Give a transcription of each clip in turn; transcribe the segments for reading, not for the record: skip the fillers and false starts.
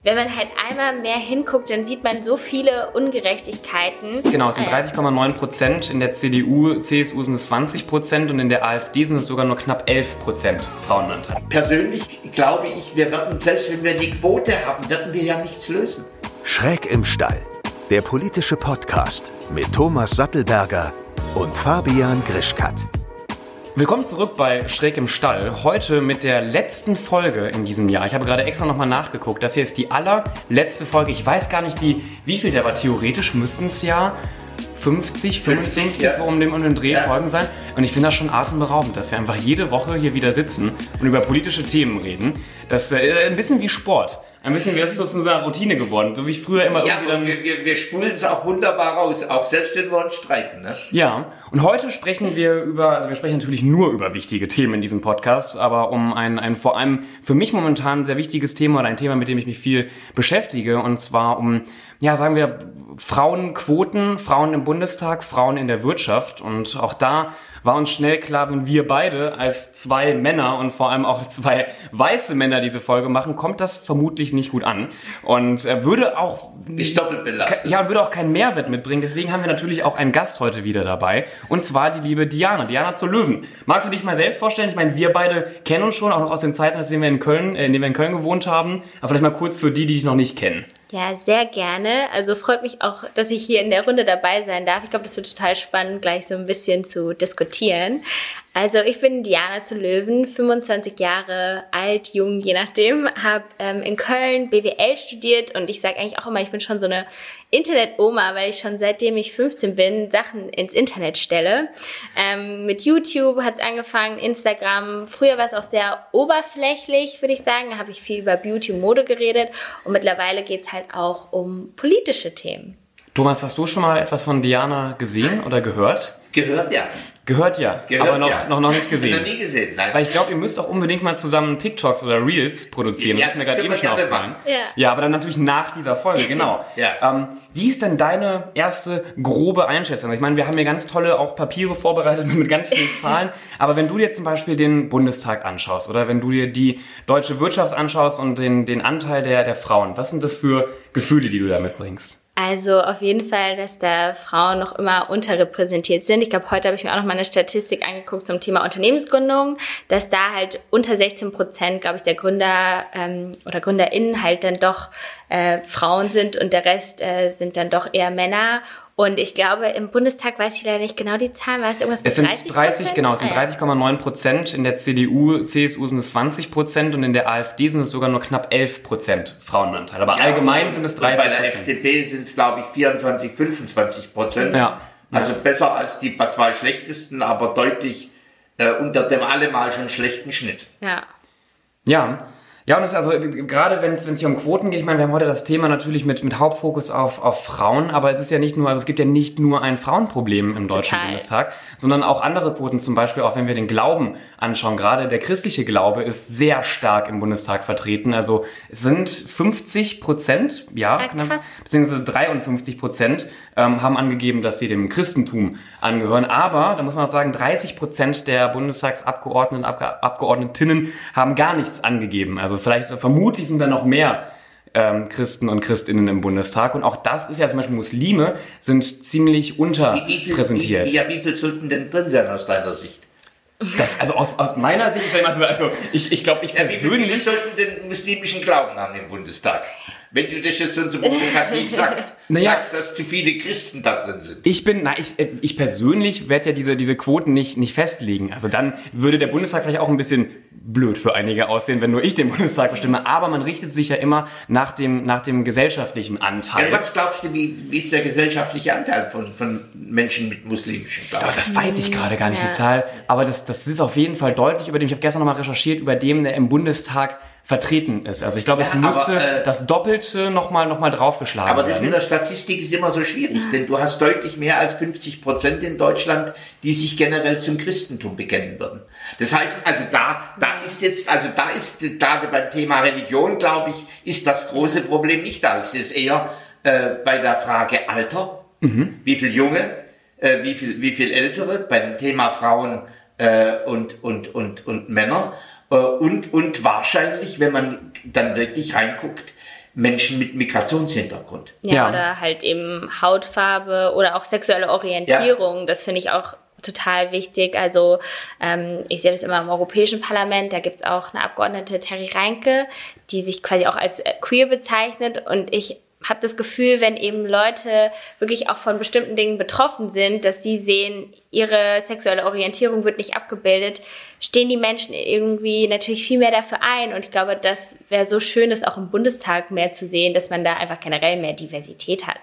wenn man halt einmal mehr hinguckt, dann sieht man so viele Ungerechtigkeiten. Genau, es sind 30,9%, in der CDU, CSU sind es 20% und in der AfD sind es sogar nur knapp 11% Frauenanteil. Persönlich glaube ich, wir werden, selbst wenn wir die Quote haben, werden wir ja nichts lösen. Schräg im Stall, der politische Podcast mit Thomas Sattelberger und Fabian Grischkat. Willkommen zurück bei Schräg im Stall. Heute mit der letzten Folge in diesem Jahr. Ich habe gerade extra nochmal nachgeguckt. Das hier ist die allerletzte Folge. Ich weiß gar nicht, wie viel der war. Theoretisch müssten es ja 50, 55 ja. so um den Drehfolgen sein. Und ich finde das schon atemberaubend, dass wir einfach jede Woche hier wieder sitzen und über politische Themen reden. Das ist ein bisschen wie Sport. Ein bisschen, das ist so zu unserer Routine geworden. So wie ich früher immer ja, irgendwie dann... wir spulen es auch wunderbar raus, auch selbst wenn wir uns streiten. Ne? Ja, und heute sprechen wir wir sprechen natürlich nur über wichtige Themen in diesem Podcast, aber um ein vor allem für mich momentan sehr wichtiges Thema oder ein Thema, mit dem ich mich viel beschäftige, und zwar um, ja, sagen wir, Frauenquoten, Frauen im Bundestag, Frauen in der Wirtschaft. Und auch da war uns schnell klar, wenn wir beide als zwei Männer und vor allem auch zwei weiße Männer diese Folge machen, kommt das vermutlich nicht gut an und würde auch... Ist doppelt belastet. Ja, würde auch keinen Mehrwert mitbringen. Deswegen haben wir natürlich auch einen Gast heute wieder dabei. Und zwar die liebe Diana zur Löwen. Magst du dich mal selbst vorstellen? Ich meine, wir beide kennen uns schon, auch noch aus den Zeiten, in denen wir in Köln gewohnt haben. Aber vielleicht mal kurz für die dich noch nicht kennen. Ja, sehr gerne. Also freut mich auch, dass ich hier in der Runde dabei sein darf. Ich glaube, das wird total spannend, gleich so ein bisschen zu diskutieren. Also ich bin Diana zur Löwen, 25 Jahre alt, jung, je nachdem, habe in Köln BWL studiert und ich sage eigentlich auch immer, ich bin schon so eine Internet-Oma, weil ich schon seitdem ich 15 bin, Sachen ins Internet stelle. Mit YouTube hat's angefangen, Instagram. Früher war es auch sehr oberflächlich, würde ich sagen. Da habe ich viel über Beauty und Mode geredet und mittlerweile geht's halt auch um politische Themen. Thomas, hast du schon mal etwas von Diana gesehen oder gehört? Gehört, ja. Gehört ja, aber noch nicht gesehen. Noch nie gesehen, nein. Weil ich glaube, ihr müsst auch unbedingt mal zusammen TikToks oder Reels produzieren. Ja, das ist mir gerade eben schon aufgefallen. Ja, aber dann natürlich nach dieser Folge, genau. Ja. Wie ist denn deine erste grobe Einschätzung? Ich meine, wir haben hier ganz tolle auch Papiere vorbereitet mit ganz vielen Zahlen. Aber wenn du dir zum Beispiel den Bundestag anschaust oder wenn du dir die deutsche Wirtschaft anschaust und den Anteil der Frauen, was sind das für Gefühle, die du da mitbringst? Also auf jeden Fall, dass da Frauen noch immer unterrepräsentiert sind. Ich glaube, heute habe ich mir auch noch mal eine Statistik angeguckt zum Thema Unternehmensgründung, dass da halt unter 16%, glaube ich, der Gründer oder GründerInnen halt dann doch Frauen sind und der Rest sind dann doch eher Männer. Und ich glaube, im Bundestag weiß ich leider nicht genau die Zahlen. War es irgendwas mit 30%? Es sind 30,9%. In der CDU, CSU sind es 20% und in der AfD sind es sogar nur knapp 11% Frauenanteil. Aber allgemein sind es 30%. Bei der FDP sind es, glaube ich, 24-25%. Ja. Also besser als die zwei schlechtesten, aber deutlich unter dem allemal schon schlechten Schnitt. Ja, und es ist also gerade wenn es hier um Quoten geht, ich meine, wir haben heute das Thema natürlich mit Hauptfokus auf Frauen, aber es ist ja nicht nur, also es gibt ja nicht nur ein Frauenproblem im Deutschen Bundestag, sondern auch andere Quoten, zum Beispiel auch wenn wir den Glauben anschauen, gerade der christliche Glaube ist sehr stark im Bundestag vertreten, also es sind 50%, knapp, beziehungsweise 53% haben angegeben, dass sie dem Christentum angehören, aber, da muss man auch sagen, 30% der Bundestagsabgeordneten, Abgeordnetinnen haben gar nichts angegeben, also vermutlich sind da noch mehr Christen und Christinnen im Bundestag. Und auch das ist ja zum Beispiel Muslime sind ziemlich unterrepräsentiert. Wie viel sollten denn drin sein aus deiner Sicht? Das, also aus meiner Sicht ist ja immer so, also ich glaube, ich persönlich... Wie viel sollten den muslimischen Glauben haben im Bundestag? Wenn du das jetzt so provokativ sagst, dass zu viele Christen da drin sind. Ich persönlich werde ja diese Quoten nicht festlegen. Also dann würde der Bundestag vielleicht auch ein bisschen blöd für einige aussehen, wenn nur ich den Bundestag bestimme. Aber man richtet sich ja immer nach dem gesellschaftlichen Anteil. Ja, was glaubst du, wie ist der gesellschaftliche Anteil von Menschen mit muslimischem Glauben? Das weiß ich gerade gar nicht, die Zahl. Aber das ist auf jeden Fall deutlich über dem. Ich habe gestern nochmal recherchiert, über dem, der im Bundestag vertreten ist. Also ich glaube, es müsste das Doppelte nochmal draufgeschlagen werden. Aber das mit der Statistik ist immer so schwierig, denn du hast deutlich mehr als 50% in Deutschland, die sich generell zum Christentum bekennen würden. Das heißt, also da ist gerade beim Thema Religion, glaube ich, ist das große Problem nicht da. Ich sehe es eher bei der Frage Alter, wie viel Junge, wie viel Ältere, bei dem Thema Frauen und Männer. Und wahrscheinlich, wenn man dann wirklich reinguckt, Menschen mit Migrationshintergrund. Ja, oder halt eben Hautfarbe oder auch sexuelle Orientierung. Ja. Das finde ich auch total wichtig. Also ich sehe das immer im Europäischen Parlament, da gibt es auch eine Abgeordnete, Terry Reinke, die sich quasi auch als queer bezeichnet, und ich habe das Gefühl, wenn eben Leute wirklich auch von bestimmten Dingen betroffen sind, dass sie sehen, ihre sexuelle Orientierung wird nicht abgebildet, stehen die Menschen irgendwie natürlich viel mehr dafür ein, und ich glaube, das wäre so schön, das auch im Bundestag mehr zu sehen, dass man da einfach generell mehr Diversität hat.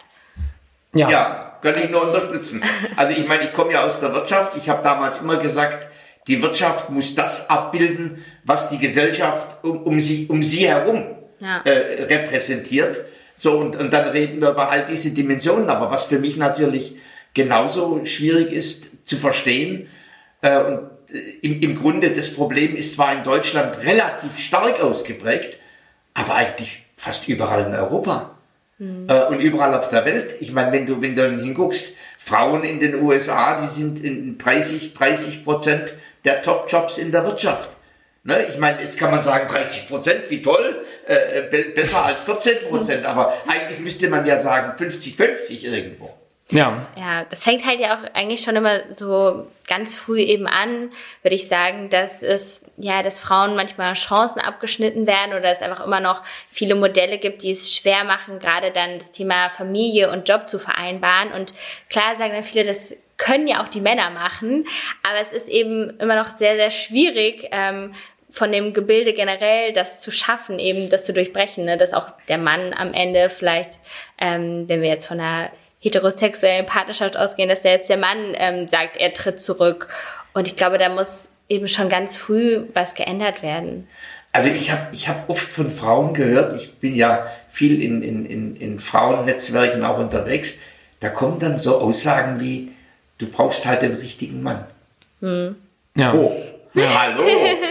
Ja, kann ich nur unterstützen. Also ich meine, ich komme ja aus der Wirtschaft. Ich habe damals immer gesagt, die Wirtschaft muss das abbilden, was die Gesellschaft um sie herum repräsentiert. So, und dann reden wir über all diese Dimensionen. Aber was für mich natürlich genauso schwierig ist zu verstehen, und im Grunde das Problem ist zwar in Deutschland relativ stark ausgeprägt, aber eigentlich fast überall in Europa. Und überall auf der Welt. Ich meine, wenn du hinguckst, Frauen in den USA, die sind in 30% der Top-Jobs in der Wirtschaft. Ne? Ich meine, jetzt kann man sagen, 30%, wie toll, besser als 14%, aber eigentlich müsste man ja sagen 50-50 irgendwo. Ja, das fängt halt ja auch eigentlich schon immer so ganz früh eben an, würde ich sagen, dass Frauen manchmal Chancen abgeschnitten werden oder es einfach immer noch viele Modelle gibt, die es schwer machen, gerade dann das Thema Familie und Job zu vereinbaren. Und klar sagen dann viele, das können ja auch die Männer machen, aber es ist eben immer noch sehr, sehr schwierig, von dem Gebilde generell das zu schaffen, eben das zu durchbrechen, ne? Dass auch der Mann am Ende vielleicht, wenn wir jetzt von einer heterosexuellen Partnerschaft ausgehen, dass der Mann sagt, er tritt zurück. Und ich glaube, da muss eben schon ganz früh was geändert werden. Also ich hab oft von Frauen gehört, ich bin ja viel in Frauennetzwerken auch unterwegs, da kommen dann so Aussagen wie, du brauchst halt den richtigen Mann. Ja. Oh, ja. Hallo.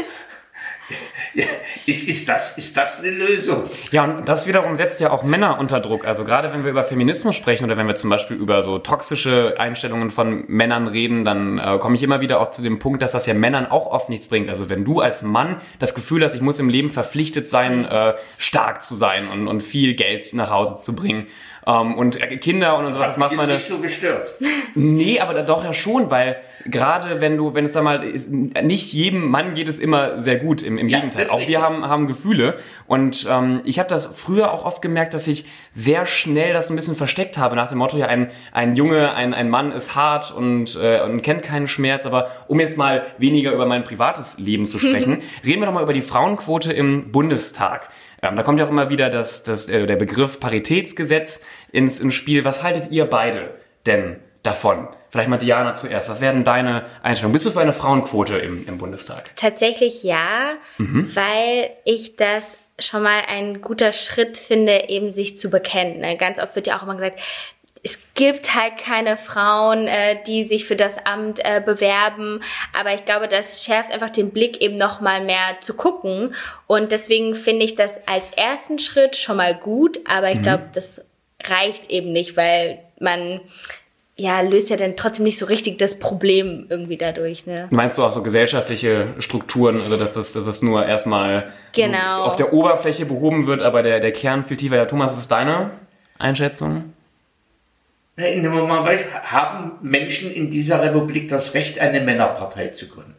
Ist das eine Lösung? Ja, und das wiederum setzt ja auch Männer unter Druck. Also gerade wenn wir über Feminismus sprechen oder wenn wir zum Beispiel über so toxische Einstellungen von Männern reden, dann komme ich immer wieder auch zu dem Punkt, dass das ja Männern auch oft nichts bringt. Also wenn du als Mann das Gefühl hast, ich muss im Leben verpflichtet sein, stark zu sein und viel Geld nach Hause zu bringen, und Kinder und sowas, das macht man nicht so gestört. Nee, aber doch ja schon, weil gerade wenn es da mal ist, nicht jedem Mann geht es immer sehr gut, im Gegenteil. Auch wir haben Gefühle, und ich habe das früher auch oft gemerkt, dass ich sehr schnell das so ein bisschen versteckt habe, nach dem Motto, ja, ein Junge, ein Mann ist hart und kennt keinen Schmerz, aber um jetzt mal weniger über mein privates Leben zu sprechen, reden wir doch mal über die Frauenquote im Bundestag. Da kommt ja auch immer wieder der Begriff Paritätsgesetz ins Spiel. Was haltet ihr beide denn davon? Vielleicht mal Diana zuerst. Was wären deine Einstellungen? Bist du für eine Frauenquote im Bundestag? Tatsächlich ja, weil ich das schon mal ein guter Schritt finde, eben sich zu bekennen. Ganz oft wird ja auch immer gesagt, es gibt halt keine Frauen, die sich für das Amt bewerben, aber ich glaube, das schärft einfach den Blick, eben noch mal mehr zu gucken, und deswegen finde ich das als ersten Schritt schon mal gut, aber ich glaube, das reicht eben nicht, weil man löst ja dann trotzdem nicht so richtig das Problem irgendwie dadurch. Ne? Meinst du auch so gesellschaftliche Strukturen, also dass das nur erstmal so auf der Oberfläche behoben wird, aber der Kern viel tiefer? Ja, Thomas, was ist deine Einschätzung? Nehmen wir mal, haben Menschen in dieser Republik das Recht, eine Männerpartei zu gründen?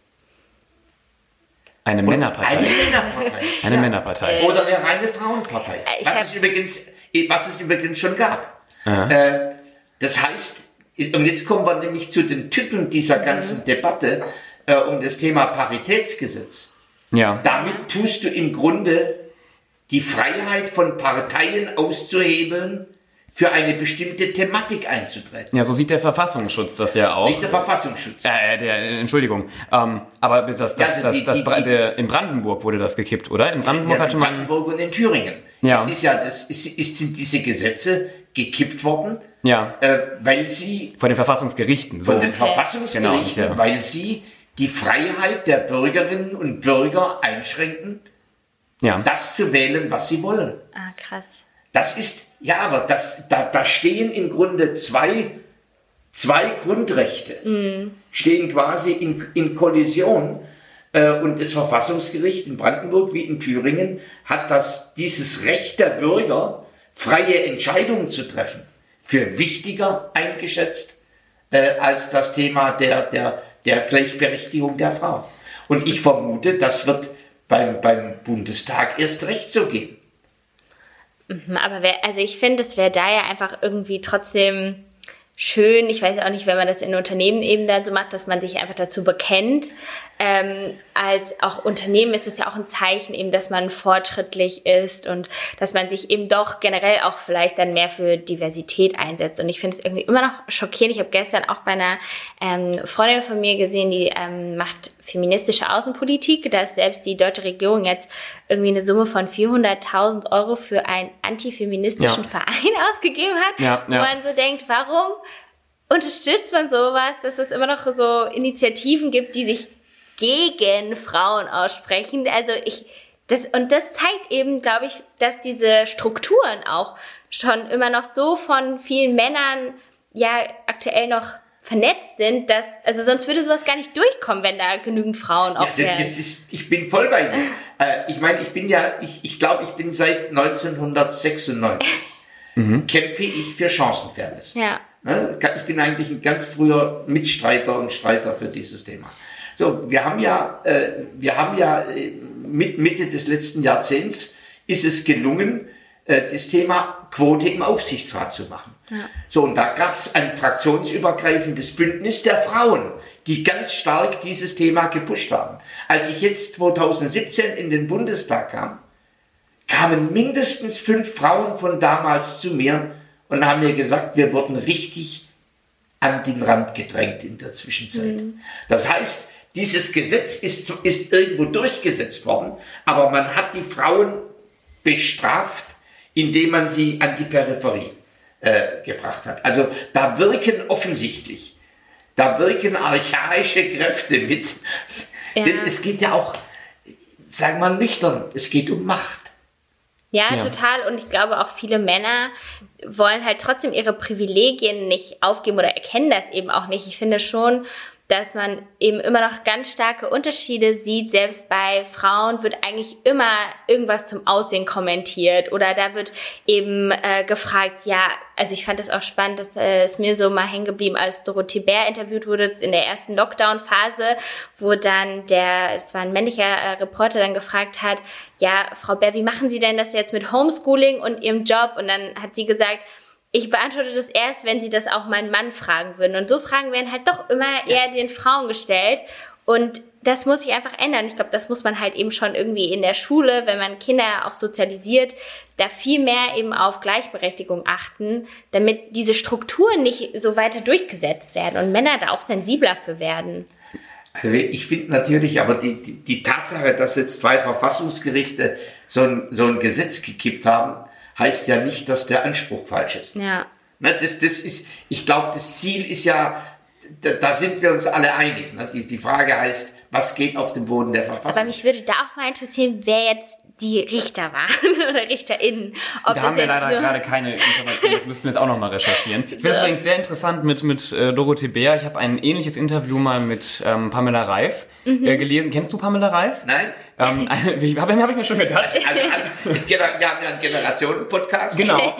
Eine Männerpartei? Eine Männerpartei. Eine Männerpartei. Oder eine reine Frauenpartei. Was es übrigens schon gab. Das heißt, und jetzt kommen wir nämlich zu den Tücken dieser ganzen Debatte um das Thema Paritätsgesetz. Ja. Damit tust du im Grunde die Freiheit von Parteien auszuhebeln, für eine bestimmte Thematik einzutreten. Ja, so sieht der Verfassungsschutz das ja auch. Nicht der Verfassungsschutz. Entschuldigung. Aber in Brandenburg wurde das gekippt, oder? In Brandenburg hatte man... In Brandenburg und in Thüringen. Ja. Sind diese Gesetze gekippt worden, weil sie... Von den Verfassungsgerichten. So. Von den Verfassungsgerichten, genau, weil sie die Freiheit der Bürgerinnen und Bürger einschränken, das zu wählen, was sie wollen. Ah, krass. Das ist... Ja, aber da stehen im Grunde zwei Grundrechte, stehen quasi in Kollision. Und das Verfassungsgericht in Brandenburg wie in Thüringen hat dieses Recht der Bürger, freie Entscheidungen zu treffen, für wichtiger eingeschätzt als das Thema der Gleichberechtigung der Frau. Und ich vermute, das wird beim Bundestag erst recht so gehen. Aber ich finde, es wäre da ja einfach irgendwie trotzdem schön, ich weiß auch nicht, wenn man das in Unternehmen eben dann so macht, dass man sich einfach dazu bekennt. Als auch Unternehmen ist es ja auch ein Zeichen eben, dass man fortschrittlich ist und dass man sich eben doch generell auch vielleicht dann mehr für Diversität einsetzt. Und ich finde es irgendwie immer noch schockierend. Ich habe gestern auch bei einer Freundin von mir gesehen, die macht feministische Außenpolitik, dass selbst die deutsche Regierung jetzt irgendwie eine Summe von 400.000 € für einen antifeministischen Verein ausgegeben hat, wo man so denkt, warum unterstützt man sowas, dass es immer noch so Initiativen gibt, die sich gegen Frauen aussprechen. Also das zeigt eben, glaube ich, dass diese Strukturen auch schon immer noch so von vielen Männern ja aktuell noch vernetzt sind, dass, also sonst würde sowas gar nicht durchkommen, wenn da genügend Frauen auch wären. Ich bin voll bei dir. Ich meine, ich glaube, ich bin seit 1996 kämpfe ich für Chancenfairness. Ja. Ich bin eigentlich ein ganz früher Mitstreiter und Streiter für dieses Thema. So, wir haben ja mit Mitte des letzten Jahrzehnts ist es gelungen, das Thema Quote im Aufsichtsrat zu machen. Ja. So, und da gab es ein fraktionsübergreifendes Bündnis der Frauen, die ganz stark dieses Thema gepusht haben. Als ich jetzt 2017 in den Bundestag kam, kamen mindestens 5 Frauen von damals zu mir und haben mir gesagt, wir wurden richtig an den Rand gedrängt in der Zwischenzeit. Das heißt, dieses Gesetz ist irgendwo durchgesetzt worden, aber man hat die Frauen bestraft, indem man sie an die Peripherie gebracht hat. Also da wirken archaische Kräfte mit. Ja. Denn es geht ja auch, sagen wir mal nüchtern, es geht um Macht. Ja, total. Und ich glaube auch viele Männer wollen halt trotzdem ihre Privilegien nicht aufgeben oder erkennen das eben auch nicht. Ich finde schon, dass man eben immer noch ganz starke Unterschiede sieht. Selbst bei Frauen wird eigentlich immer irgendwas zum Aussehen kommentiert oder da wird eben gefragt, also ich fand das auch spannend, dass es mir so mal hängen geblieben, als Dorothee Bär interviewt wurde in der ersten Lockdown-Phase, wo dann das war ein männlicher Reporter, dann gefragt hat, Frau Bär, wie machen Sie denn das jetzt mit Homeschooling und Ihrem Job? Und dann hat sie gesagt, ich beantworte das erst, wenn sie das auch meinen Mann fragen würden. Und so Fragen werden halt doch immer eher den Frauen gestellt. Und das muss sich einfach ändern. Ich glaube, das muss man halt eben schon irgendwie in der Schule, wenn man Kinder auch sozialisiert, da viel mehr eben auf Gleichberechtigung achten, damit diese Strukturen nicht so weiter durchgesetzt werden und Männer da auch sensibler für werden. Also ich finde natürlich, aber die Tatsache, dass jetzt 2 Verfassungsgerichte so ein Gesetz gekippt haben, heißt ja nicht, dass der Anspruch falsch ist. Ja. Das ist, ich glaube, das Ziel ist ja, da sind wir uns alle einig. Die Frage heißt, was geht auf dem Boden der Verfassung? Aber mich würde da auch mal interessieren, wer jetzt die Richter waren oder RichterInnen. Da haben wir leider gerade keine Informationen, das müssten wir jetzt auch nochmal recherchieren. Ich finde es übrigens sehr interessant mit Dorothee Bär. Ich habe ein ähnliches Interview mal mit Pamela Reif gelesen. Kennst du Pamela Reif? Nein. Habe ich mir schon gedacht. Wir haben ja einen Generationen-Podcast. Genau.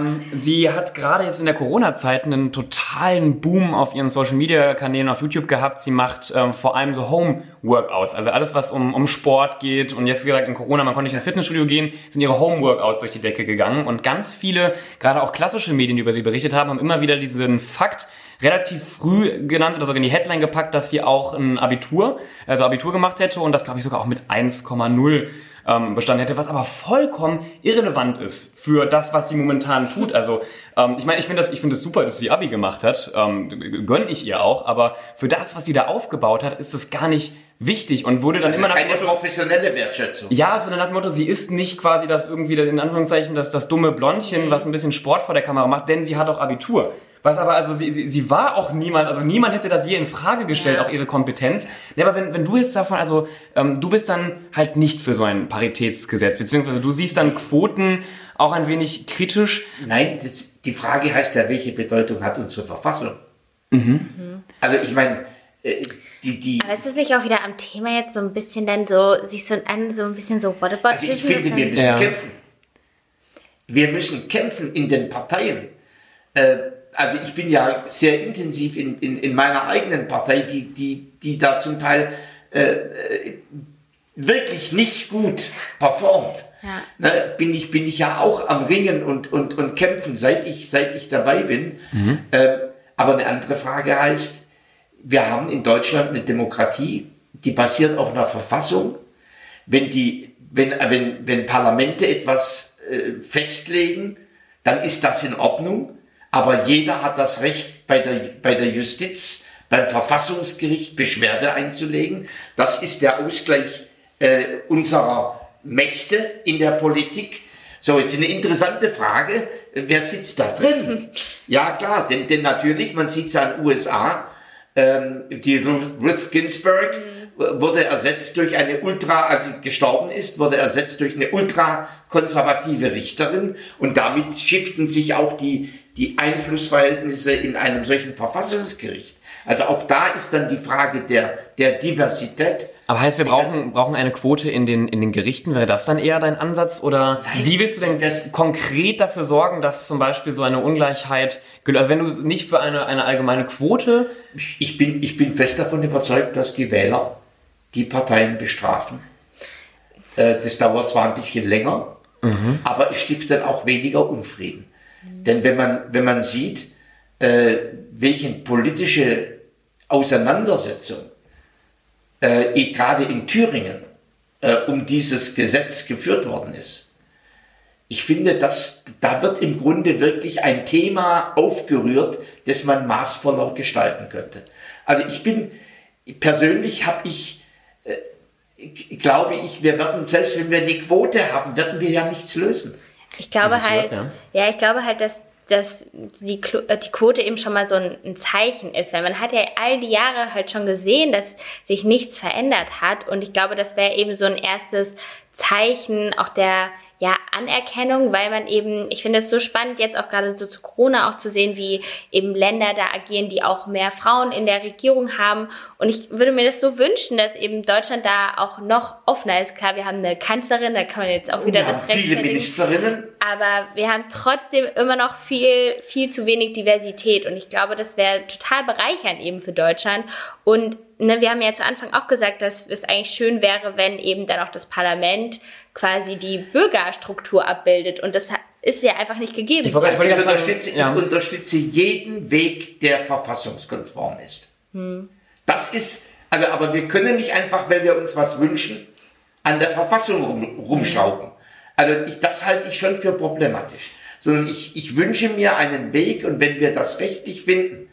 Sie hat gerade jetzt in der Corona-Zeit einen totalen Boom auf ihren Social-Media-Kanälen auf YouTube gehabt. Sie macht vor allem so Home-Workouts, also alles, was um Sport geht. Und jetzt, wie gesagt, in Corona, man konnte nicht ins Fitnessstudio gehen, sind ihre Home-Workouts durch die Decke gegangen. Und ganz viele, gerade auch klassische Medien, die über sie berichtet haben immer wieder diesen Fakt relativ früh genannt oder sogar in die Headline gepackt, dass sie auch ein Abitur gemacht hätte und das, glaube ich, sogar auch mit 1,0 bestanden hätte, was aber vollkommen irrelevant ist für das, was sie momentan tut. Also ich meine, ich finde das super, dass sie Abi gemacht hat, gönne ich ihr auch, aber für das, was sie da aufgebaut hat, ist das gar nicht wichtig und wurde dann also immer nach dem Motto... keine professionelle Wertschätzung. Ja, es wurde nach dem Motto, sie ist nicht quasi das irgendwie, in Anführungszeichen, das dumme Blondchen, was ein bisschen Sport vor der Kamera macht, denn sie hat auch Abitur. Was aber, also sie war auch niemand, also niemand hätte das je in Frage gestellt, auch ihre Kompetenz. Ja, aber wenn du jetzt davon, also du bist dann halt nicht für so ein Paritätsgesetz, beziehungsweise du siehst dann Quoten auch ein wenig kritisch. Nein, die Frage heißt ja, welche Bedeutung hat unsere Verfassung? Also ich meine... Aber ist das nicht auch wieder am Thema jetzt so ein bisschen dann so, sich so ein bisschen so Whataboutism? Also ich finde, wir müssen kämpfen. Wir müssen kämpfen in den Parteien. Also ich bin ja sehr intensiv in meiner eigenen Partei, die da zum Teil wirklich nicht gut performt. Ja. Ne, bin ich ja auch am Ringen und kämpfen, seit ich dabei bin. Aber eine andere Frage heißt, wir haben in Deutschland eine Demokratie, die basiert auf einer Verfassung. Wenn Parlamente etwas festlegen, dann ist das in Ordnung. Aber jeder hat das Recht, bei der Justiz, beim Verfassungsgericht Beschwerde einzulegen. Das ist der Ausgleich unserer Mächte in der Politik. So, jetzt eine interessante Frage, wer sitzt da drin? Ja klar, denn natürlich, man sieht es ja in den USA, die Ruth Ginsburg wurde ersetzt durch als sie gestorben ist, wurde ersetzt durch eine ultrakonservative Richterin und damit shiften sich auch die Einflussverhältnisse in einem solchen Verfassungsgericht. Also auch da ist dann die Frage der Diversität. Aber heißt, wir brauchen eine Quote in den Gerichten? Wäre das dann eher dein Ansatz? Oder nein, wie willst du denn konkret dafür sorgen, dass zum Beispiel so eine Ungleichheit, also wenn du nicht für eine allgemeine Quote... Ich bin fest davon überzeugt, dass die Wähler die Parteien bestrafen. Das dauert zwar ein bisschen länger, aber es stiftet auch weniger Unfrieden. Denn wenn man sieht, welche politische Auseinandersetzung gerade in Thüringen um dieses Gesetz geführt worden ist. Ich finde, da wird im Grunde wirklich ein Thema aufgerührt, das man maßvoller gestalten könnte. Also glaube ich, wir werden, selbst wenn wir eine Quote haben, werden wir ja nichts lösen. Ich glaube halt, dass die Quote eben schon mal so ein Zeichen ist, weil man hat ja all die Jahre halt schon gesehen, dass sich nichts verändert hat und ich glaube, das wäre eben so ein erstes Zeichen auch der Anerkennung, weil man eben, ich finde es so spannend, jetzt auch gerade so zu Corona auch zu sehen, wie eben Länder da agieren, die auch mehr Frauen in der Regierung haben. Und ich würde mir das so wünschen, dass eben Deutschland da auch noch offener ist. Klar, wir haben eine Kanzlerin, da kann man jetzt auch wieder das rechtfertigen. Viele Ministerinnen. Aber wir haben trotzdem immer noch viel, viel zu wenig Diversität. Und ich glaube, das wäre total bereichernd eben für Deutschland. Und wir haben ja zu Anfang auch gesagt, dass es eigentlich schön wäre, wenn eben dann auch das Parlament quasi die Bürgerstruktur abbildet. Und das ist ja einfach nicht gegeben. Ich unterstütze jeden Weg, der verfassungskonform ist. Das ist, aber wir können nicht einfach, wenn wir uns was wünschen, an der Verfassung rumschrauben. Das halte ich schon für problematisch. Sondern ich wünsche mir einen Weg und wenn wir das rechtlich finden,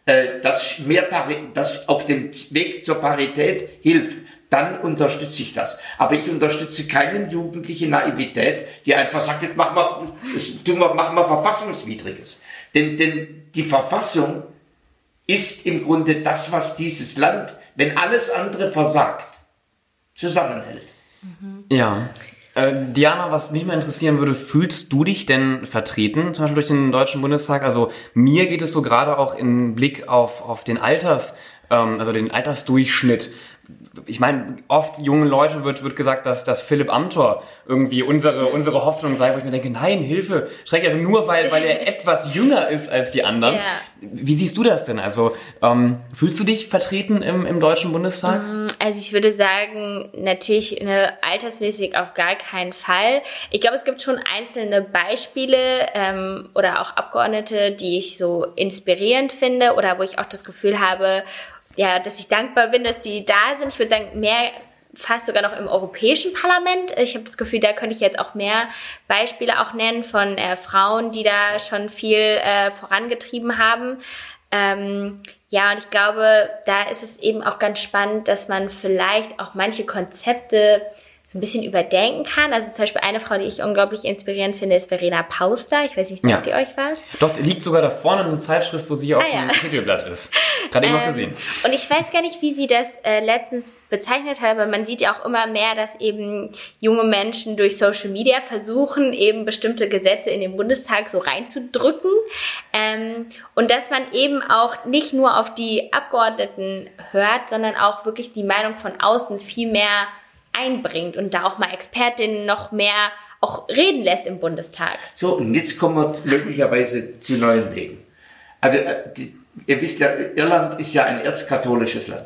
das auf dem Weg zur Parität hilft, dann unterstütze ich das. Aber ich unterstütze keine jugendliche Naivität, die einfach sagt, jetzt machen wir Verfassungswidriges. Denn die Verfassung ist im Grunde das, was dieses Land, wenn alles andere versagt, zusammenhält. Ja. Diana, was mich mal interessieren würde, fühlst du dich denn vertreten, zum Beispiel durch den Deutschen Bundestag? Also mir geht es so gerade auch im Blick auf den den Altersdurchschnitt. Ich meine, oft jungen Leuten wird gesagt, dass Philipp Amthor irgendwie unsere Hoffnung sei, wo ich mir denke, nein, Hilfe, schreck, also nur weil er etwas jünger ist als die anderen. Ja. Wie siehst du das denn? Also fühlst du dich vertreten im Deutschen Bundestag? Also ich würde sagen, natürlich altersmäßig auf gar keinen Fall. Ich glaube, es gibt schon einzelne Beispiele oder auch Abgeordnete, die ich so inspirierend finde oder wo ich auch das Gefühl habe, ja, dass ich dankbar bin, dass die da sind. Ich würde sagen, mehr fast sogar noch im Europäischen Parlament. Ich habe das Gefühl, da könnte ich jetzt auch mehr Beispiele auch nennen von Frauen, die da schon viel vorangetrieben haben. Und ich glaube, da ist es eben auch ganz spannend, dass man vielleicht auch manche Konzepte so ein bisschen überdenken kann. Also zum Beispiel eine Frau, die ich unglaublich inspirierend finde, ist Verena Pauster. Ich weiß nicht, sagt ihr euch was? Doch, liegt sogar da vorne in einer Zeitschrift, wo sie auf dem Titelblatt ist. Gerade eben noch gesehen. Und ich weiß gar nicht, wie sie das letztens bezeichnet hat, aber man sieht ja auch immer mehr, dass eben junge Menschen durch Social Media versuchen, eben bestimmte Gesetze in den Bundestag so reinzudrücken. Und dass man eben auch nicht nur auf die Abgeordneten hört, sondern auch wirklich die Meinung von außen viel mehr einbringt und da auch mal Expertinnen noch mehr auch reden lässt im Bundestag. So, und jetzt kommen wir möglicherweise zu neuen Wegen. Also, ihr wisst ja, Irland ist ja ein erzkatholisches Land.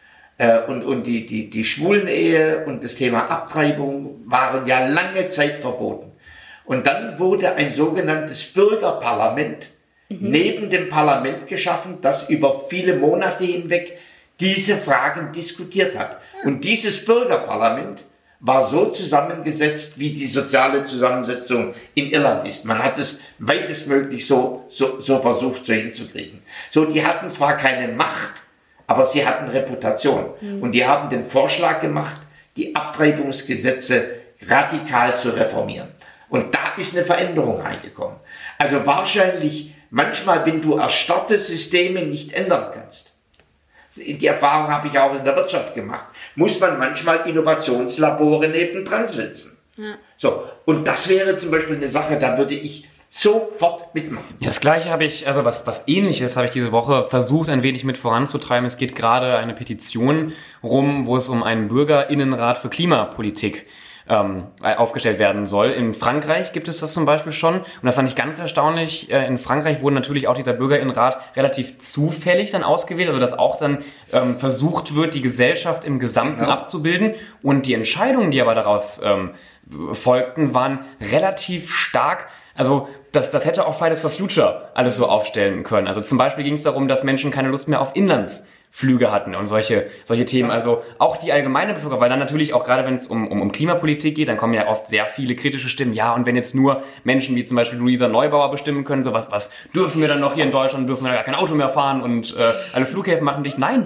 Und die Schwulenehe und das Thema Abtreibung waren ja lange Zeit verboten. Und dann wurde ein sogenanntes Bürgerparlament neben dem Parlament geschaffen, das über viele Monate hinweg diese Fragen diskutiert hat. Und dieses Bürgerparlament war so zusammengesetzt, wie die soziale Zusammensetzung in Irland ist. Man hat es weitestmöglich so versucht, so hinzukriegen. So, die hatten zwar keine Macht, aber sie hatten Reputation. Und die haben den Vorschlag gemacht, die Abtreibungsgesetze radikal zu reformieren. Und da ist eine Veränderung reingekommen. Also wahrscheinlich manchmal, wenn du erstarrte Systeme nicht ändern kannst, die Erfahrung habe ich auch in der Wirtschaft gemacht, muss man manchmal Innovationslabore nebendran setzen. Ja. So, und das wäre zum Beispiel eine Sache, da würde ich sofort mitmachen. Ja, das Gleiche habe ich, also was Ähnliches habe ich diese Woche versucht, ein wenig mit voranzutreiben. Es geht gerade eine Petition rum, wo es um einen BürgerInnenrat für Klimapolitik aufgestellt werden soll. In Frankreich gibt es das zum Beispiel schon. Und da fand ich ganz erstaunlich, in Frankreich wurde natürlich auch dieser BürgerInnenrat relativ zufällig dann ausgewählt, also dass auch dann versucht wird, die Gesellschaft im Gesamten abzubilden. Und die Entscheidungen, die aber daraus folgten, waren relativ stark. Also das hätte auch Fridays for Future alles so aufstellen können. Also zum Beispiel ging es darum, dass Menschen keine Lust mehr auf Inlandsflüge hatten und solche Themen. Also auch die allgemeine Bevölkerung, weil dann natürlich auch gerade, wenn es um Klimapolitik geht, dann kommen ja oft sehr viele kritische Stimmen. Ja, und wenn jetzt nur Menschen wie zum Beispiel Luisa Neubauer bestimmen können, so was dürfen wir dann noch hier in Deutschland, dürfen wir gar kein Auto mehr fahren und alle Flughäfen machen dicht. Nein,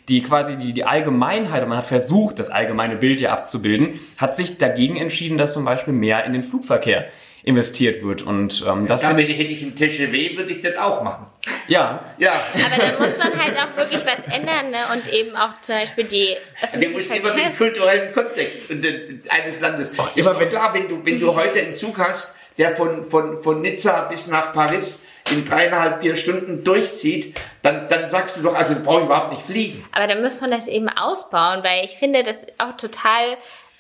die Allgemeinheit, und man hat versucht, das allgemeine Bild ja abzubilden, hat sich dagegen entschieden, dass zum Beispiel mehr in den Flugverkehr investiert wird. Und das hätte ich ein TGW, würde ich das auch machen. Ja. Aber dann muss man halt auch wirklich was ändern, ne? Und eben auch zum Beispiel die Du musst immer den kulturellen Kontext eines Landes. Ist doch klar, wenn du heute einen Zug hast, der von Nizza bis nach Paris in 3,5-4 Stunden durchzieht, dann sagst du doch, also brauche ich überhaupt nicht fliegen. Aber dann muss man das eben ausbauen, weil ich finde das auch total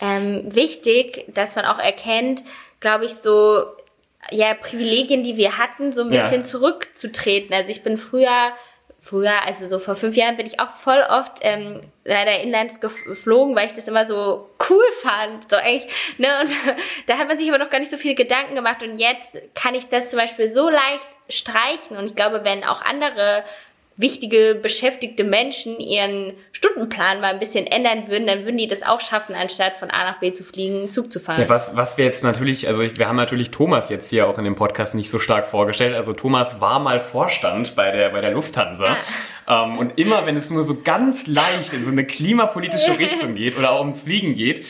wichtig, dass man auch erkennt, glaube ich, so Privilegien, die wir hatten, so ein bisschen zurückzutreten. Also ich bin früher, also so vor 5 Jahren bin ich auch voll oft leider inlands geflogen, weil ich das immer so cool fand. So eigentlich, ne? Und da hat man sich aber noch gar nicht so viele Gedanken gemacht. Und jetzt kann ich das zum Beispiel so leicht streichen. Und ich glaube, wenn auch andere wichtige, beschäftigte Menschen ihren Stundenplan mal ein bisschen ändern würden, dann würden die das auch schaffen, anstatt von A nach B zu fliegen, Zug zu fahren. Ja, was wir jetzt natürlich, wir haben natürlich Thomas jetzt hier auch in dem Podcast nicht so stark vorgestellt. Also Thomas war mal Vorstand bei der Lufthansa. Und immer, wenn es nur so ganz leicht in so eine klimapolitische Richtung geht oder auch ums Fliegen geht,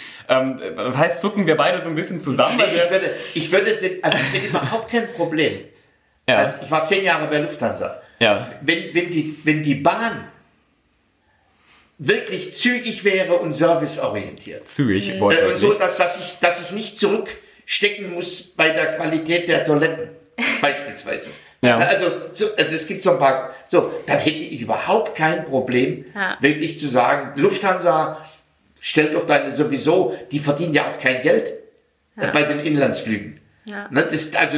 zucken wir beide so ein bisschen zusammen. Ich hätte überhaupt kein Problem. Ja. Also ich war 10 Jahre bei Lufthansa. Ja. Wenn die Bahn wirklich zügig wäre und serviceorientiert. Zügig, und so, dass ich nicht zurückstecken muss bei der Qualität der Toiletten, beispielsweise. Ja. Also es gibt so ein paar, dann hätte ich überhaupt kein Problem, wirklich zu sagen, Lufthansa, stellt doch sowieso, die verdienen ja auch kein Geld bei den Inlandsflügen. Ja. Also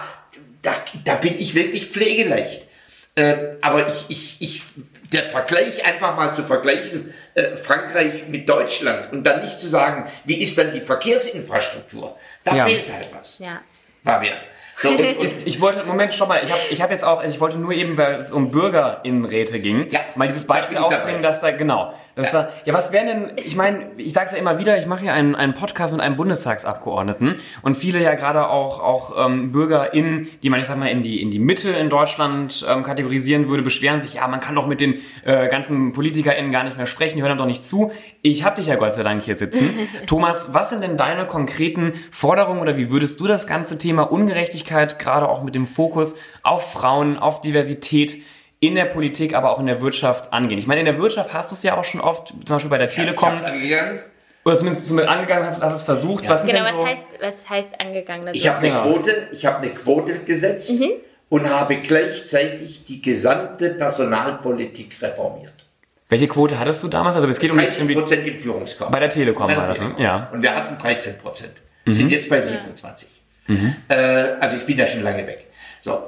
da bin ich wirklich pflegeleicht. Aber der Vergleich, einfach mal zu vergleichen, Frankreich mit Deutschland und dann nicht zu sagen, wie ist dann die Verkehrsinfrastruktur, da fehlt halt was. Ja. Fabian. So, ich wollte, Moment, schau mal, ich wollte nur eben, weil es um BürgerInnenräte ging, mal dieses Beispiel aufbringen, dass da, genau, was wären denn, ich meine, ich sag's ja immer wieder, ich mache ja einen Podcast mit einem Bundestagsabgeordneten und viele ja gerade auch BürgerInnen, die man, ich sag mal, in die Mitte in Deutschland kategorisieren würde, beschweren sich, ja, man kann doch mit den ganzen PolitikerInnen gar nicht mehr sprechen, die hören doch nicht zu. Ich hab dich ja Gott sei Dank hier sitzen. Thomas, was sind denn deine konkreten Forderungen oder wie würdest du das ganze Thema Ungerechtigkeit, gerade auch mit dem Fokus auf Frauen, auf Diversität in der Politik, aber auch in der Wirtschaft angehen? Ich meine, in der Wirtschaft hast du es ja auch schon oft, zum Beispiel bei der Telekom. Ich hab's angegangen. Oder zumindest angegangen hast es versucht. Ja. Was heißt angegangen? Ich habe eine Quote gesetzt und habe gleichzeitig die gesamte Personalpolitik reformiert. Welche Quote hattest du damals? Also es geht um 13% im Führungskorps. Bei der Telekom war das, ne? Ja. Und wir hatten 13%. Sind jetzt bei 27. Also ich bin ja schon lange weg. So,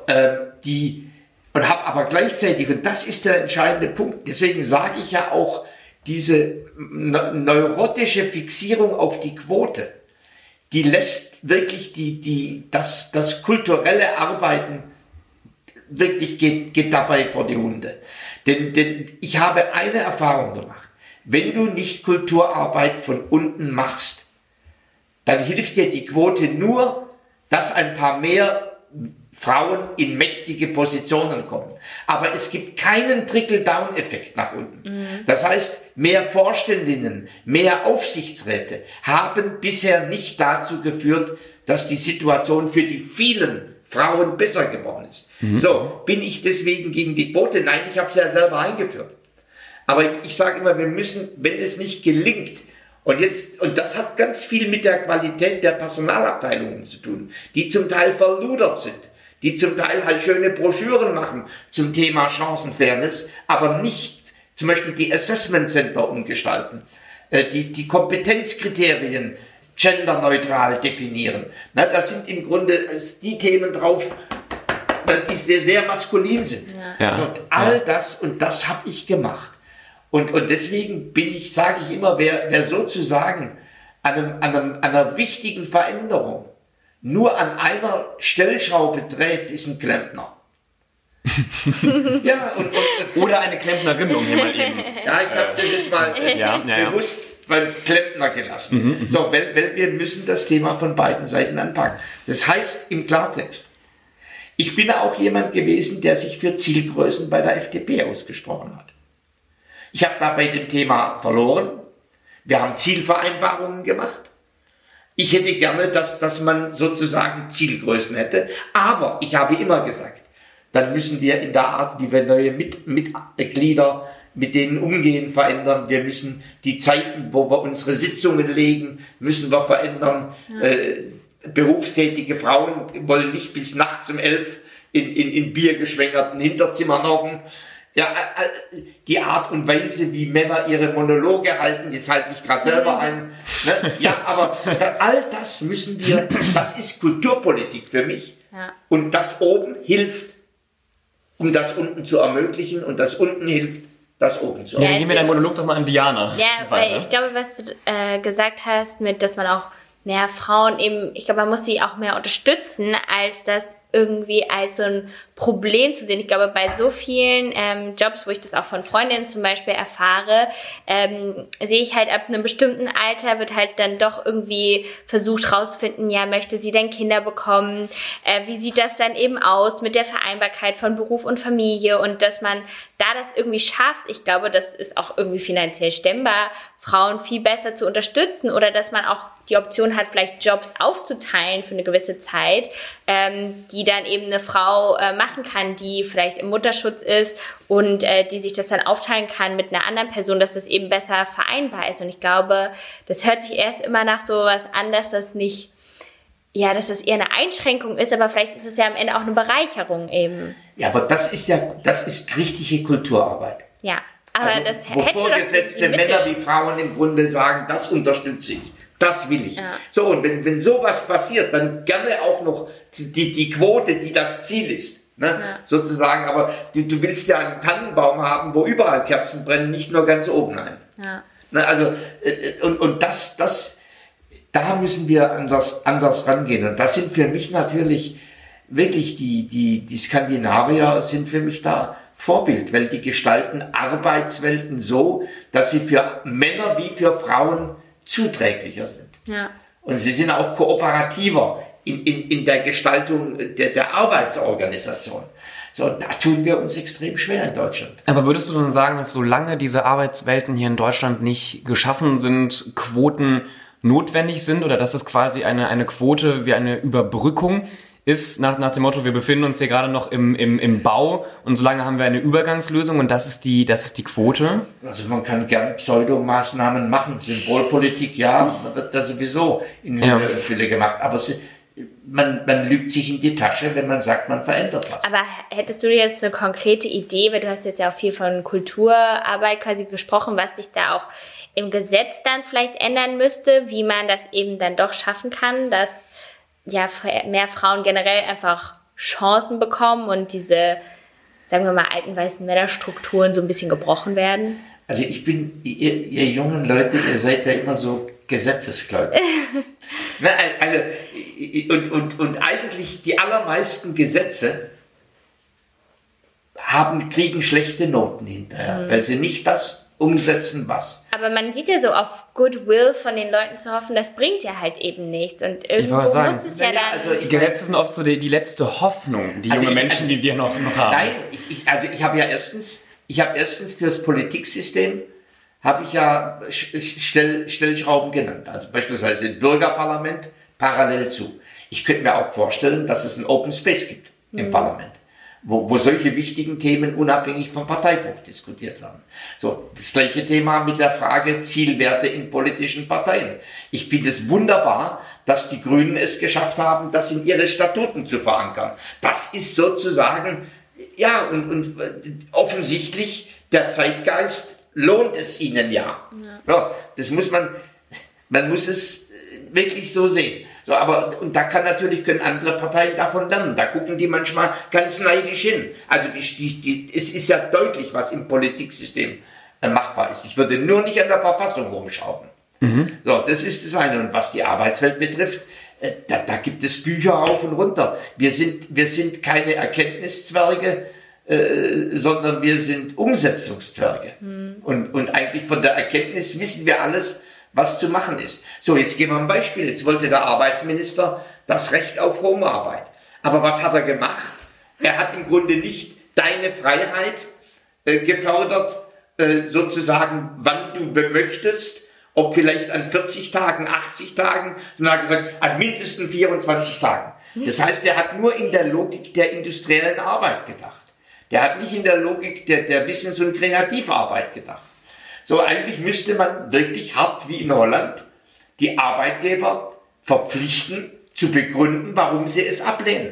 und habe aber gleichzeitig, und das ist der entscheidende Punkt, deswegen sage ich ja auch, diese neurotische Fixierung auf die Quote, die lässt wirklich das kulturelle Arbeiten wirklich geht dabei vor die Hunde. Denn ich habe eine Erfahrung gemacht. Wenn du nicht Kulturarbeit von unten machst, dann hilft dir die Quote nur, dass ein paar mehr Frauen in mächtige Positionen kommen. Aber es gibt keinen Trickle-Down-Effekt nach unten. Das heißt, mehr Vorständinnen, mehr Aufsichtsräte haben bisher nicht dazu geführt, dass die Situation für die vielen Frauen besser geworden ist. So, bin ich deswegen gegen die Quote? Nein, ich habe es ja selber eingeführt. Aber ich sage immer, wir müssen, wenn es nicht gelingt, und das hat ganz viel mit der Qualität der Personalabteilungen zu tun, die zum Teil verludert sind, die zum Teil halt schöne Broschüren machen zum Thema Chancenfairness, aber nicht zum Beispiel die Assessment Center umgestalten, die Kompetenzkriterien genderneutral definieren. Na, da sind im Grunde die Themen drauf, die sehr, sehr maskulin sind. Ja. Und all das, und das habe ich gemacht. Und deswegen sage ich immer, wer sozusagen an einer wichtigen Veränderung nur an einer Stellschraube dreht, ist ein Klempner. Ja, oder eine Klempnerin, um jemand eben. Ja, ich habe das jetzt mal bewusst beim Klempner gelassen. So, weil wir müssen das Thema von beiden Seiten anpacken. Das heißt im Klartext, ich bin auch jemand gewesen, der sich für Zielgrößen bei der FDP ausgesprochen hat. Ich habe da bei dem Thema verloren. Wir haben Zielvereinbarungen gemacht. Ich hätte gerne, dass man sozusagen Zielgrößen hätte. Aber ich habe immer gesagt, dann müssen wir in der Art, wie wir neue Mitglieder mit denen umgehen, verändern. Wir müssen die Zeiten, wo wir unsere Sitzungen legen, müssen wir verändern. Ja. Berufstätige Frauen wollen nicht bis nachts um 11 in biergeschwängerten Hinterzimmern hocken. Ja, die Art und Weise, wie Männer ihre Monologe halten, jetzt halte ich gerade selber ein. Ne? Ja, aber all das müssen wir, das ist Kulturpolitik für mich. Ja. Und das oben hilft, um das unten zu ermöglichen, und das unten hilft, das oben zu ermöglichen. Ja, dann gib mir deinen Monolog doch mal an Diana. Ja, weil ich glaube, was du gesagt hast, dass man auch Frauen eben, ich glaube, man muss sie auch mehr unterstützen, als das irgendwie als so ein Problem zu sehen. Ich glaube, bei so vielen Jobs, wo ich das auch von Freundinnen zum Beispiel erfahre, sehe ich halt, ab einem bestimmten Alter wird halt dann doch irgendwie versucht rauszufinden, ja, möchte sie denn Kinder bekommen? Wie sieht das dann eben aus mit der Vereinbarkeit von Beruf und Familie? Und dass man da das irgendwie schafft, ich glaube, das ist auch irgendwie finanziell stemmbar, Frauen viel besser zu unterstützen, oder dass man auch die Option hat, vielleicht Jobs aufzuteilen für eine gewisse Zeit, die dann eben eine Frau machen kann, die vielleicht im Mutterschutz ist und die sich das dann aufteilen kann mit einer anderen Person, dass das eben besser vereinbar ist. Und ich glaube, das hört sich erst immer nach sowas an, dass das nicht, ja, dass das eher eine Einschränkung ist, aber vielleicht ist es ja am Ende auch eine Bereicherung eben. Ja, aber das ist richtige Kulturarbeit. Ja, aber also, das wo vorgesetzte Männer wie Frauen im Grunde sagen, das unterstütze ich. Das will ich. Ja. So, und wenn sowas passiert, dann gerne auch noch die Quote, die das Ziel ist. Ne? Ja. Sozusagen, aber du willst ja einen Tannenbaum haben, wo überall Kerzen brennen, nicht nur ganz oben ein. Ja. Ne, also, und da müssen wir anders rangehen. Und das sind für mich natürlich wirklich die Skandinavier sind für mich da Vorbild, weil die gestalten Arbeitswelten so, dass sie für Männer wie für Frauen zuträglicher sind. Ja. Und sie sind auch kooperativer in der Gestaltung der Arbeitsorganisation. So, da tun wir uns extrem schwer in Deutschland. Aber würdest du dann sagen, dass solange diese Arbeitswelten hier in Deutschland nicht geschaffen sind, Quoten notwendig sind oder dass es quasi eine Quote wie eine Überbrückung ist, nach dem Motto, wir befinden uns hier gerade noch im Bau und solange haben wir eine Übergangslösung und das ist die Quote? Also man kann gern Pseudomaßnahmen machen, Symbolpolitik, ja, man wird da sowieso in Höhe und Fülle gemacht, aber man lügt sich in die Tasche, wenn man sagt, man verändert was. Aber hättest du jetzt eine konkrete Idee, weil du hast jetzt ja auch viel von Kulturarbeit quasi gesprochen, was sich da auch im Gesetz dann vielleicht ändern müsste, wie man das eben dann doch schaffen kann, dass ja mehr Frauen generell einfach Chancen bekommen und diese, sagen wir mal, alten weißen Männerstrukturen so ein bisschen gebrochen werden? Also ihr jungen Leute, ihr seid ja immer so gesetzesgläubig. Also, und eigentlich die allermeisten Gesetze kriegen schlechte Noten hinterher, weil sie nicht das umsetzen, was. Aber man sieht ja so auf Goodwill von den Leuten zu hoffen, das bringt ja halt eben nichts. Und irgendwo muss es ja dann... Also die Gesetze sind oft so die letzte Hoffnung, die junge Menschen wie wir noch haben. Nein, ich habe erstens fürs Politiksystem habe ich ja Stellschrauben genannt. Also beispielsweise ein Bürgerparlament parallel zu. Ich könnte mir auch vorstellen, dass es ein Open Space gibt im Parlament, wo solche wichtigen Themen unabhängig vom Parteibuch diskutiert werden. So, das gleiche Thema mit der Frage Zielwerte in politischen Parteien. Ich finde es wunderbar, dass die Grünen es geschafft haben, das in ihre Statuten zu verankern. Das ist sozusagen, ja, und offensichtlich der Zeitgeist lohnt es ihnen ja. Ja, das muss man muss es wirklich so sehen. So, und da können andere Parteien davon lernen. Da gucken die manchmal ganz neidisch hin. Also es ist ja deutlich, was im Politiksystem machbar ist. Ich würde nur nicht an der Verfassung rumschrauben. So, das ist das eine. Und was die Arbeitswelt betrifft, da gibt es Bücher rauf und runter. Wir sind keine Erkenntniszwerge, sondern wir sind Umsetzungszwerge. Und eigentlich von der Erkenntnis wissen wir alles, was zu machen ist. So, jetzt geben wir ein Beispiel. Jetzt wollte der Arbeitsminister das Recht auf Homearbeit. Aber was hat er gemacht? Er hat im Grunde nicht deine Freiheit gefördert, sozusagen, wann du möchtest, ob vielleicht an 40 Tagen, 80 Tagen, sondern hat gesagt, an mindestens 24 Tagen. Das heißt, er hat nur in der Logik der industriellen Arbeit gedacht. Der hat nicht in der Logik der Wissens- und Kreativarbeit gedacht. So, eigentlich müsste man wirklich hart wie in Holland die Arbeitgeber verpflichten, zu begründen, warum sie es ablehnen.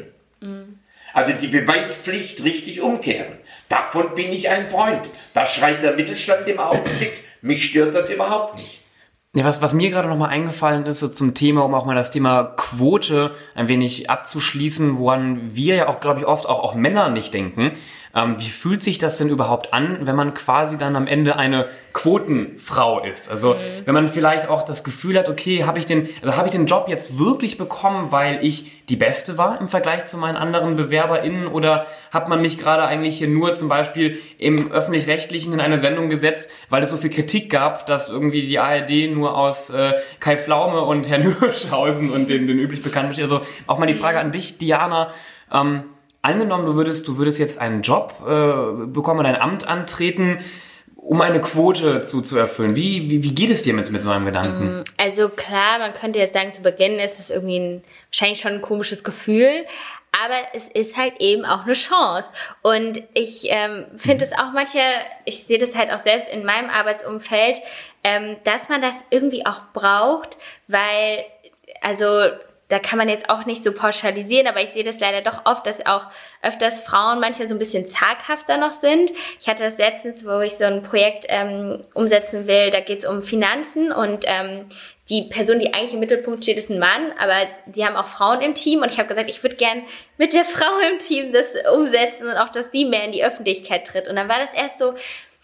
Also die Beweispflicht richtig umkehren. Davon bin ich ein Freund. Da schreit der Mittelstand im Augenblick, mich stört das überhaupt nicht. Ja, was mir gerade nochmal eingefallen ist, so zum Thema, um auch mal das Thema Quote ein wenig abzuschließen, woran wir ja auch, glaube ich, oft auch Männer nicht denken. Wie fühlt sich das denn überhaupt an, wenn man quasi dann am Ende eine Quotenfrau ist? Also wenn man vielleicht auch das Gefühl hat, okay, habe ich den Job jetzt wirklich bekommen, weil ich die Beste war im Vergleich zu meinen anderen BewerberInnen, oder hat man mich gerade eigentlich hier nur zum Beispiel im Öffentlich-Rechtlichen in eine Sendung gesetzt, weil es so viel Kritik gab, dass irgendwie die ARD nur aus Kai Pflaume und Herrn Hirschhausen und den üblich bekannten besteht. Also auch mal die Frage an dich, Diana, angenommen, du würdest jetzt einen Job bekommen oder ein Amt antreten, um eine Quote zu erfüllen. Wie geht es dir mit so einem Gedanken? Also klar, man könnte jetzt sagen, zu Beginn ist es irgendwie wahrscheinlich schon ein komisches Gefühl, aber es ist halt eben auch eine Chance. Und ich finde es auch ich sehe das halt auch selbst in meinem Arbeitsumfeld, dass man das irgendwie auch braucht, weil, also da kann man jetzt auch nicht so pauschalisieren, aber ich sehe das leider doch oft, dass auch öfters Frauen manchmal so ein bisschen zaghafter noch sind. Ich hatte das letztens, wo ich so ein Projekt umsetzen will, da geht es um Finanzen und die Person, die eigentlich im Mittelpunkt steht, ist ein Mann, aber die haben auch Frauen im Team und ich habe gesagt, ich würde gern mit der Frau im Team das umsetzen und auch, dass sie mehr in die Öffentlichkeit tritt. Und dann war das erst so,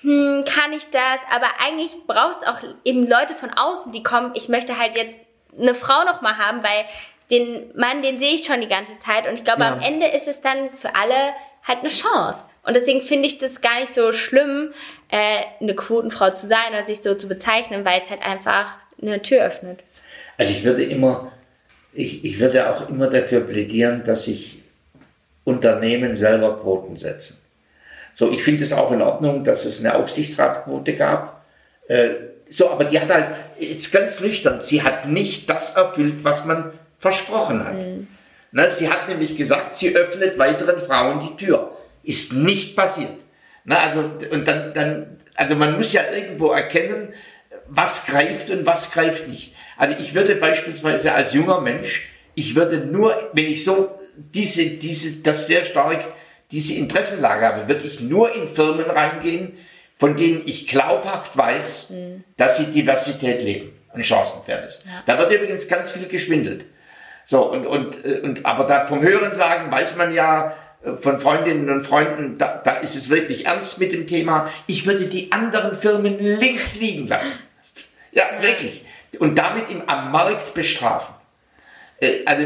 kann ich das? Aber eigentlich braucht es auch eben Leute von außen, die kommen, ich möchte halt jetzt eine Frau noch mal haben, weil den Mann, den sehe ich schon die ganze Zeit und ich glaube, am Ende ist es dann für alle halt eine Chance. Und deswegen finde ich das gar nicht so schlimm, eine Quotenfrau zu sein oder sich so zu bezeichnen, weil es halt einfach eine Tür öffnet. Also ich würde auch immer dafür plädieren, dass sich Unternehmen selber Quoten setzen. So, ich finde es auch in Ordnung, dass es eine Aufsichtsratquote gab. Aber die hat halt, ist ganz nüchtern, sie hat nicht das erfüllt, was man versprochen hat. Sie hat nämlich gesagt, sie öffnet weiteren Frauen die Tür. Ist nicht passiert. Also man muss ja irgendwo erkennen, was greift und was greift nicht. Also ich würde beispielsweise als junger Mensch, wenn ich so diese Interessenlage habe, würde ich nur in Firmen reingehen, von denen ich glaubhaft weiß, dass sie Diversität leben und Chancenfairness. Ja. Da wird übrigens ganz viel geschwindelt. So, aber da vom Hörensagen weiß man ja von Freundinnen und Freunden, da ist es wirklich ernst mit dem Thema. Ich würde die anderen Firmen links liegen lassen. Ja, wirklich. Und damit am Markt bestrafen. Also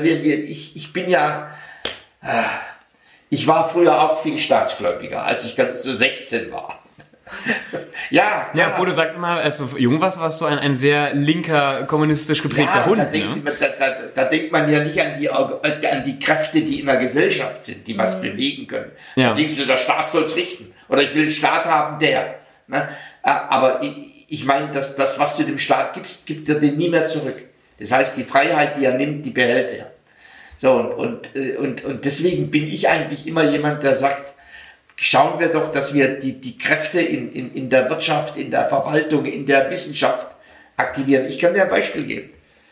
ich war früher auch viel staatsgläubiger, als ich ganz so 16 war. Ja, obwohl du sagst immer, als du jung warst du ein sehr linker, kommunistisch geprägter Hund. Da denkt man ja nicht an die Kräfte, die in der Gesellschaft sind, die was bewegen können. Ja. Da denkst du, der Staat soll es richten. Oder ich will einen Staat haben, der. Ne? Aber ich meine, das, was du dem Staat gibst, gibt er dir nie mehr zurück. Das heißt, die Freiheit, die er nimmt, die behält er. So, und deswegen bin ich eigentlich immer jemand, der sagt, schauen wir doch, dass wir die Kräfte in der Wirtschaft, in der Verwaltung, in der Wissenschaft aktivieren. Ich kann dir ein Beispiel geben.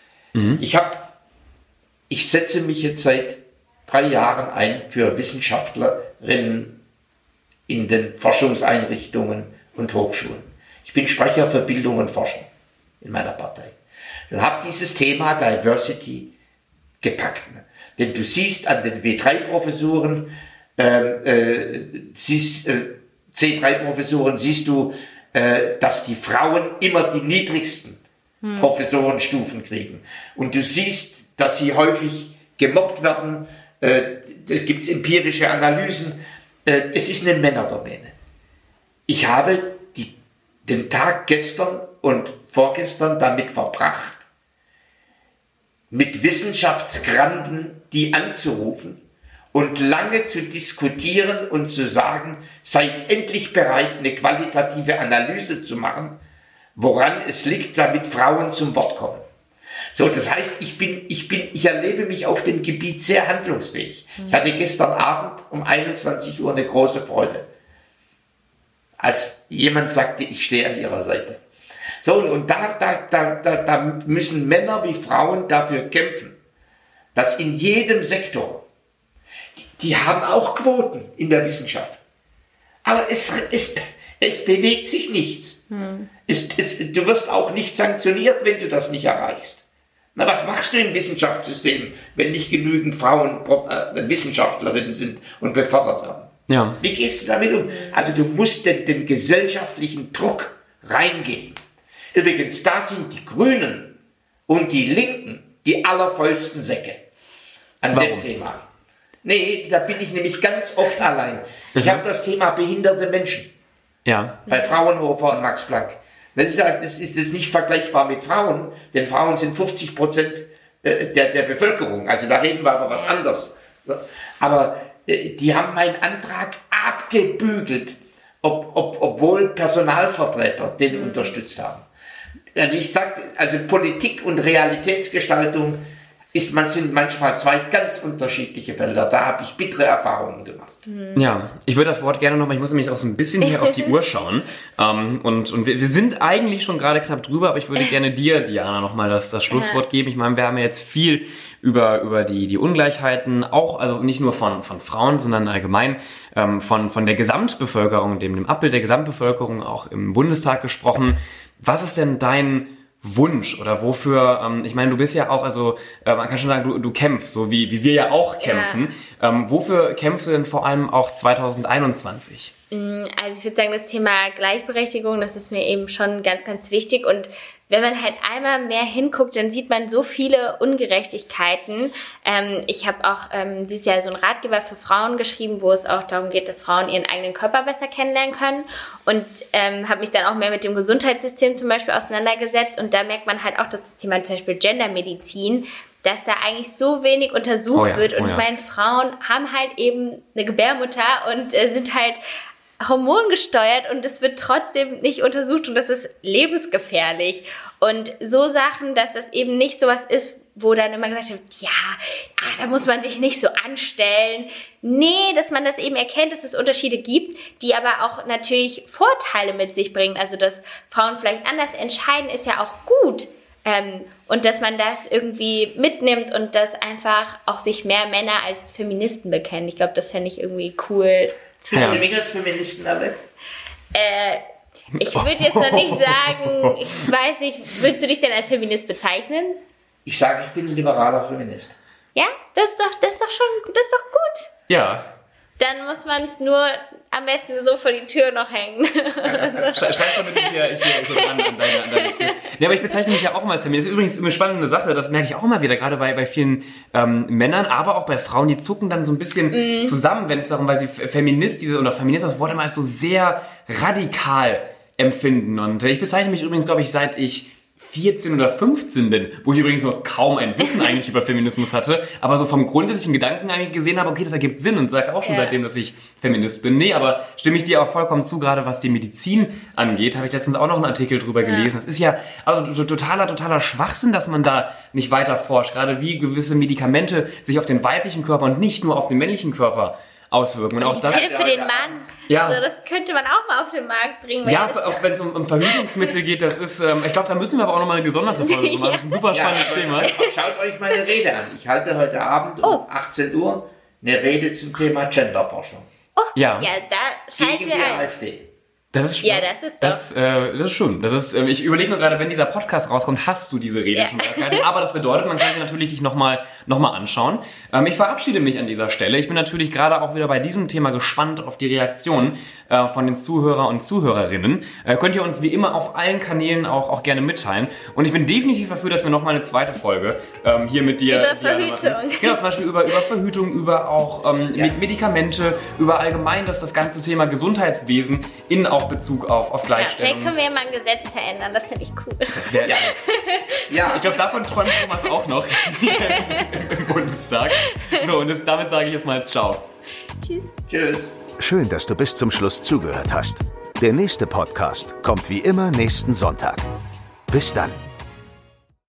Ich setze mich jetzt seit 3 Jahren ein für Wissenschaftlerinnen in den Forschungseinrichtungen und Hochschulen. Ich bin Sprecher für Bildung und Forschung in meiner Partei. Dann habe dieses Thema Diversity gepackt. Denn du siehst an den W3-Professuren, C3-Professuren, siehst du, dass die Frauen immer die niedrigsten Professorenstufen kriegen. Und du siehst, dass sie häufig gemobbt werden. Da gibt es empirische Analysen. Es ist eine Männerdomäne. Ich habe den Tag gestern und vorgestern damit verbracht, mit Wissenschaftsgranden die anzurufen und lange zu diskutieren und zu sagen, seid endlich bereit, eine qualitative Analyse zu machen, woran es liegt, damit Frauen zum Wort kommen. So, das heißt, ich erlebe mich auf dem Gebiet sehr handlungsfähig. Ich hatte gestern Abend um 21 Uhr eine große Freude, als jemand sagte, ich stehe an ihrer Seite. So, und da müssen Männer wie Frauen dafür kämpfen, dass in jedem Sektor, die haben auch Quoten in der Wissenschaft, aber es bewegt sich nichts. Du wirst auch nicht sanktioniert, wenn du das nicht erreichst. Na, was machst du im Wissenschaftssystem, wenn nicht genügend Frauen Wissenschaftlerinnen sind und befördert werden? Ja. Wie gehst du damit um? Also du musst den gesellschaftlichen Druck reingeben. Übrigens, da sind die Grünen und die Linken die allervollsten Säcke an dem Thema. Nee, da bin ich nämlich ganz oft allein. Ich habe das Thema behinderte Menschen. Ja. Bei Fraunhofer und Max Planck. Das ist nicht vergleichbar mit Frauen, denn Frauen sind 50% der Bevölkerung. Also da reden wir aber was anderes. Aber die haben meinen Antrag abgebügelt, obwohl Personalvertreter den unterstützt haben. Also ich sage, also Politik und Realitätsgestaltung sind manchmal 2 ganz unterschiedliche Felder. Da habe ich bittere Erfahrungen gemacht. Ja, ich würde das Wort gerne nochmal, ich muss nämlich auch so ein bisschen hier auf die Uhr schauen. Und wir sind eigentlich schon gerade knapp drüber, aber ich würde gerne dir, Diana, nochmal das Schlusswort geben. Ich meine, wir haben ja jetzt viel über die Ungleichheiten, auch, also nicht nur von Frauen, sondern allgemein von der Gesamtbevölkerung, dem Abbild der Gesamtbevölkerung auch im Bundestag gesprochen. Was ist denn dein Wunsch oder wofür, ich meine, du bist ja auch, also man kann schon sagen, du kämpfst, so wie wir ja auch kämpfen. Ja. Wofür kämpfst du denn vor allem auch 2021? Also ich würde sagen, das Thema Gleichberechtigung, das ist mir eben schon ganz, ganz wichtig. Und wenn man halt einmal mehr hinguckt, dann sieht man so viele Ungerechtigkeiten. Ich habe auch dieses Jahr so einen Ratgeber für Frauen geschrieben, wo es auch darum geht, dass Frauen ihren eigenen Körper besser kennenlernen können. Und habe mich dann auch mehr mit dem Gesundheitssystem zum Beispiel auseinandergesetzt. Und da merkt man halt auch, dass das Thema zum Beispiel Gendermedizin, dass da eigentlich so wenig untersucht wird. Und ich meine, Frauen haben halt eben eine Gebärmutter und sind halt hormongesteuert und es wird trotzdem nicht untersucht und das ist lebensgefährlich. Und so Sachen, dass das eben nicht sowas ist, wo dann immer gesagt wird, da muss man sich nicht so anstellen. Nee, dass man das eben erkennt, dass es Unterschiede gibt, die aber auch natürlich Vorteile mit sich bringen. Also, dass Frauen vielleicht anders entscheiden, ist ja auch gut. Und dass man das irgendwie mitnimmt und dass einfach auch sich mehr Männer als Feministen bekennen. Ich glaube, das fände ich irgendwie cool. Hast du mich als Feministen erlebt? Ich würde jetzt noch nicht sagen, ich weiß nicht, würdest du dich denn als Feminist bezeichnen? Ich sage, ich bin ein liberaler Feminist. Ja, das ist doch gut. Ja. Dann muss man es nur am besten so vor die Tür noch hängen. Schreib's mal bitte hier so dran an deine Tür. Nee, aber ich bezeichne mich ja auch immer als Feminist. Das ist übrigens eine spannende Sache, das merke ich auch immer wieder, gerade bei vielen Männern, aber auch bei Frauen, die zucken dann so ein bisschen zusammen, wenn es darum, weil sie Feminismus das Wort immer als so sehr radikal empfinden. Und ich bezeichne mich übrigens, glaube ich, seit ich 14 oder 15 bin, wo ich übrigens noch kaum ein Wissen eigentlich über Feminismus hatte, aber so vom grundsätzlichen Gedanken eigentlich gesehen habe, okay, das ergibt Sinn und sage auch schon seitdem, dass ich Feminist bin. Nee, aber stimme ich dir auch vollkommen zu, gerade was die Medizin angeht, habe ich letztens auch noch einen Artikel drüber gelesen. Es ist ja also totaler Schwachsinn, dass man da nicht weiter forscht, gerade wie gewisse Medikamente sich auf den weiblichen Körper und nicht nur auf den männlichen Körper auswirken. Und auch das für den Mann. Ja. Also das könnte man auch mal auf den Markt bringen. Ja, auch wenn es um Verhütungsmittel geht, das ist, ich glaube, da müssen wir aber auch nochmal eine gesonderte Folge machen. Das ist ein super spannendes Thema. Schaut euch meine Rede an. Ich halte heute Abend um 18 Uhr eine Rede zum Thema Genderforschung. Ja, da schalten wir gegen die AfD. Das ist schön. Ja, das ist schön. Das ist, ich überlege nur gerade, wenn dieser Podcast rauskommt, hast du diese Rede schon gehalten. Aber das bedeutet, man kann sie natürlich sich nochmal anschauen. Ich verabschiede mich an dieser Stelle. Ich bin natürlich gerade auch wieder bei diesem Thema gespannt auf die Reaktion von den Zuhörer und Zuhörerinnen. Könnt ihr uns wie immer auf allen Kanälen auch gerne mitteilen. Und ich bin definitiv dafür, dass wir nochmal eine zweite Folge hier mit dir... Über Verhütung. Genau, zum Beispiel über Verhütung, über auch Medikamente, über allgemein das ganze Thema Gesundheitswesen in auch Bezug auf Gleichstellung. Vielleicht können wir ja mal ein Gesetz verändern, das finde ich cool. Das wäre Ich glaube, davon träumt Thomas auch noch im Bundestag. So, und damit sage ich jetzt mal ciao. Tschüss. Schön, dass du bis zum Schluss zugehört hast. Der nächste Podcast kommt wie immer nächsten Sonntag. Bis dann.